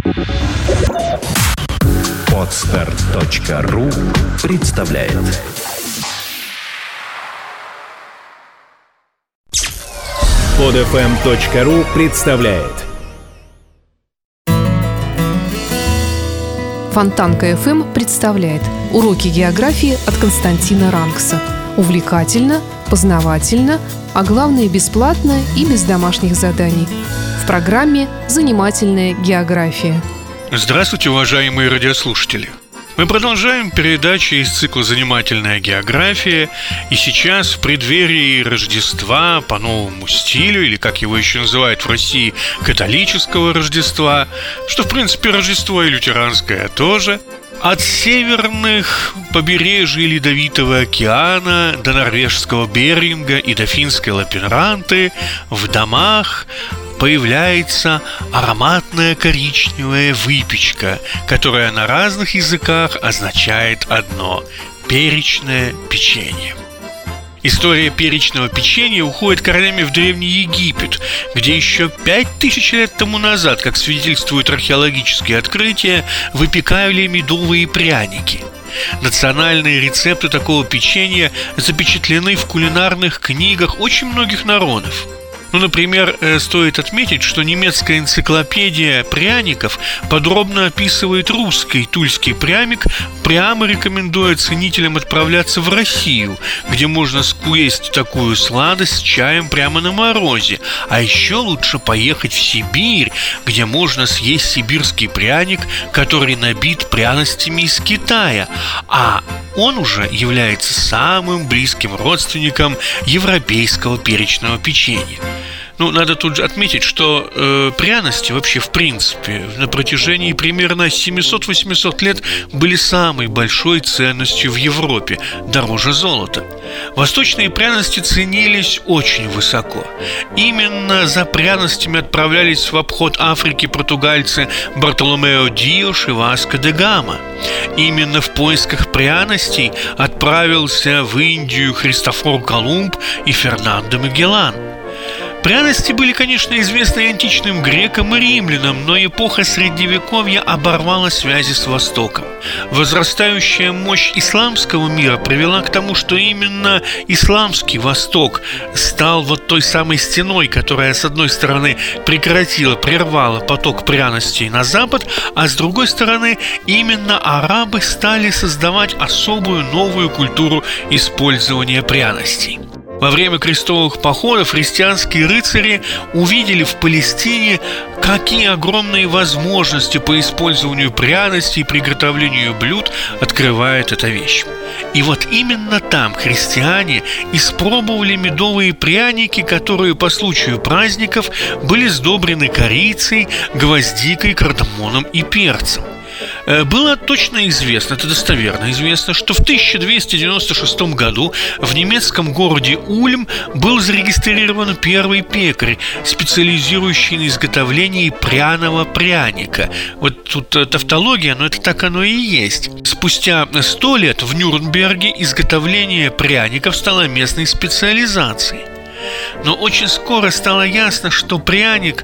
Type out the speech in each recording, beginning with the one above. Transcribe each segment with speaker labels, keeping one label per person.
Speaker 1: Podster.ru представляет. Podfm.ru представляет.
Speaker 2: Фонтанка ФМ представляет уроки географии от Константина Рангса. Увлекательно, познавательно, а главное бесплатно и без домашних заданий. В программе «Занимательная география».
Speaker 3: Здравствуйте, уважаемые радиослушатели! Мы продолжаем передачи из цикла «Занимательная география». И сейчас, в преддверии Рождества по новому стилю, или как его еще называют в России, католического Рождества, что, в принципе, Рождество и лютеранское тоже, от северных побережий Ледовитого океана до норвежского Беринга и до финской Лапинранты в домах появляется ароматная коричневая выпечка, которая на разных языках означает одно – перечное печенье. История перечного печенья уходит корнями в Древний Египет, где еще 5000 лет тому назад, как свидетельствуют археологические открытия, выпекали медовые пряники. Национальные рецепты такого печенья запечатлены в кулинарных книгах очень многих народов. Например, стоит отметить, что немецкая энциклопедия пряников подробно описывает русский тульский пряник, прямо рекомендуя ценителям отправляться в Россию, где можно съесть такую сладость с чаем прямо на морозе. А еще лучше поехать в Сибирь, где можно съесть сибирский пряник, который набит пряностями из Китая, а он уже является самым близким родственником европейского перечного печенья. Надо тут же отметить, что пряности вообще в принципе на протяжении примерно 700-800 лет были самой большой ценностью в Европе, дороже золота. Восточные пряности ценились очень высоко. Именно за пряностями отправлялись в обход Африки португальцы Бартоломео Диош и Васко де Гама. Именно в поисках пряностей отправился в Индию Христофор Колумб и Фернандо Магеллан. Пряности были, конечно, известны античным грекам и римлянам, но эпоха Средневековья оборвала связи с Востоком. Возрастающая мощь исламского мира привела к тому, что именно исламский Восток стал той самой стеной, которая, с одной стороны, прервала поток пряностей на Запад, а с другой стороны, именно арабы стали создавать особую новую культуру использования пряностей. Во время крестовых походов христианские рыцари увидели в Палестине, какие огромные возможности по использованию пряностей и приготовлению блюд открывает эта вещь. И именно там христиане испробовали медовые пряники, которые по случаю праздников были сдобрены корицей, гвоздикой, кардамоном и перцем. Было точно известно, это достоверно известно, что в 1296 году в немецком городе Ульм был зарегистрирован первый пекарь, специализирующий на изготовлении пряного пряника. Тут тавтология, но это так оно и есть. Спустя 100 лет в Нюрнберге изготовление пряников стало местной специализацией. Но очень скоро стало ясно, что пряник,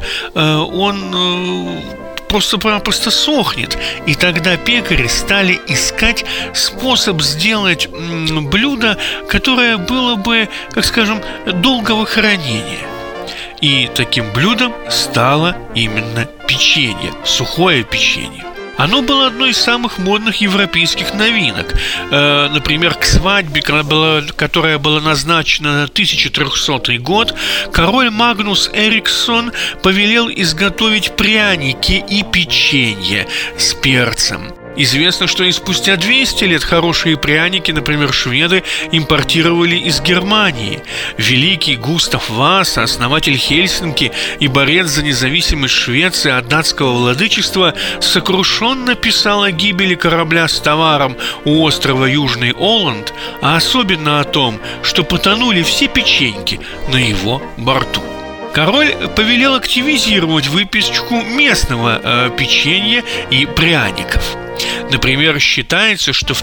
Speaker 3: он просто сохнет. И тогда пекари стали искать способ сделать блюдо, которое было бы, долгого хранения. И таким блюдом стало именно печенье, сухое печенье. Оно было одной из самых модных европейских новинок. Например, к свадьбе, которая была назначена на 1300 год, король Магнус Эриксон повелел изготовить пряники и печенье с перцем. Известно, что и спустя 200 лет хорошие пряники, например, шведы, импортировали из Германии. Великий Густав Васа, основатель Хельсинки и борец за независимость Швеции от датского владычества, сокрушенно писал о гибели корабля с товаром у острова Южный Оланд, а особенно о том, что потонули все печеньки на его борту. Король повелел активизировать выпечку местного печенья и пряников. Например, считается, что в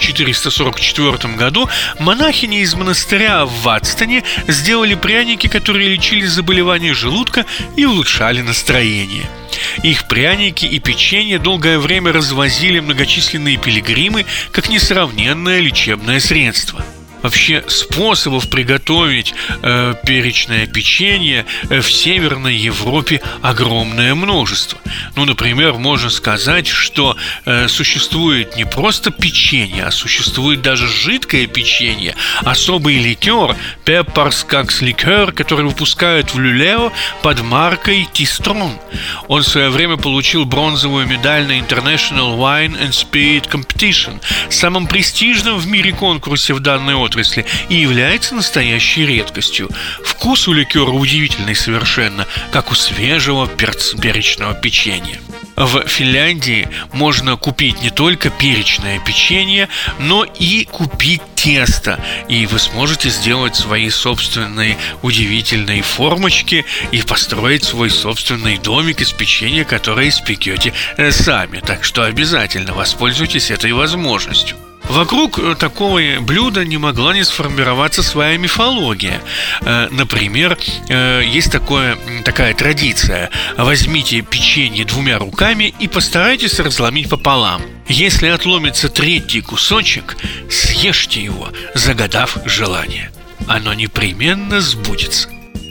Speaker 3: 1444 году монахини из монастыря в Ватстоне сделали пряники, которые лечили заболевания желудка и улучшали настроение. Их пряники и печенье долгое время развозили многочисленные пилигримы как несравненное лечебное средство. Вообще способов приготовить перечное печенье в Северной Европе огромное множество. Например, можно сказать, что существует не просто печенье, а существует даже жидкое печенье, особый ликер, пепперскакс-ликер, который выпускают в Люлео под маркой Тистрон. Он в свое время получил бронзовую медаль на International Wine and Spirit Competition, самом престижном в мире конкурсе в данной отрасли, и является настоящей редкостью. Вкус у ликера удивительный совершенно, как у свежего перечного печенья. В Финляндии можно купить не только перечное печенье, но и купить тесто. И вы сможете сделать свои собственные удивительные формочки и построить свой собственный домик из печенья, которое испекете сами. Так что обязательно воспользуйтесь этой возможностью. Вокруг такого блюда не могла не сформироваться своя мифология. Например, есть такая традиция: возьмите печенье двумя руками и постарайтесь разломить пополам. Если отломится третий кусочек, съешьте его, загадав желание. Оно непременно сбудется.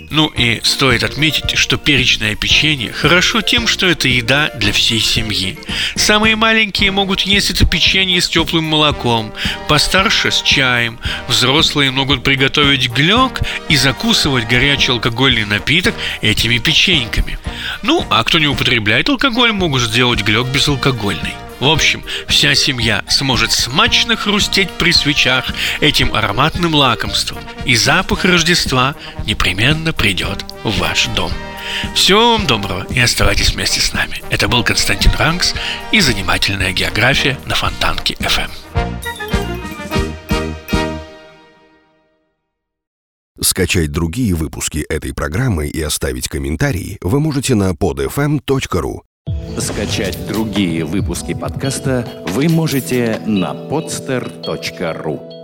Speaker 3: И стоит отметить, что перечное печенье хорошо тем, что это еда для всей семьи. Самые маленькие могут есть это печенье с теплым молоком, постарше с чаем. Взрослые могут приготовить глёк и закусывать горячий алкогольный напиток этими печеньками. А кто не употребляет алкоголь, могут сделать глёк безалкогольный. В общем, вся семья сможет смачно хрустеть при свечах этим ароматным лакомством, и запах Рождества непременно придет в ваш дом. Всего вам доброго и оставайтесь вместе с нами. Это был Константин Ранкс и «Занимательная география» на Фонтанке FM.
Speaker 4: Скачать другие выпуски этой программы и оставить комментарии вы можете на podfm.ru.
Speaker 1: Скачать другие выпуски подкаста вы можете на podster.ru.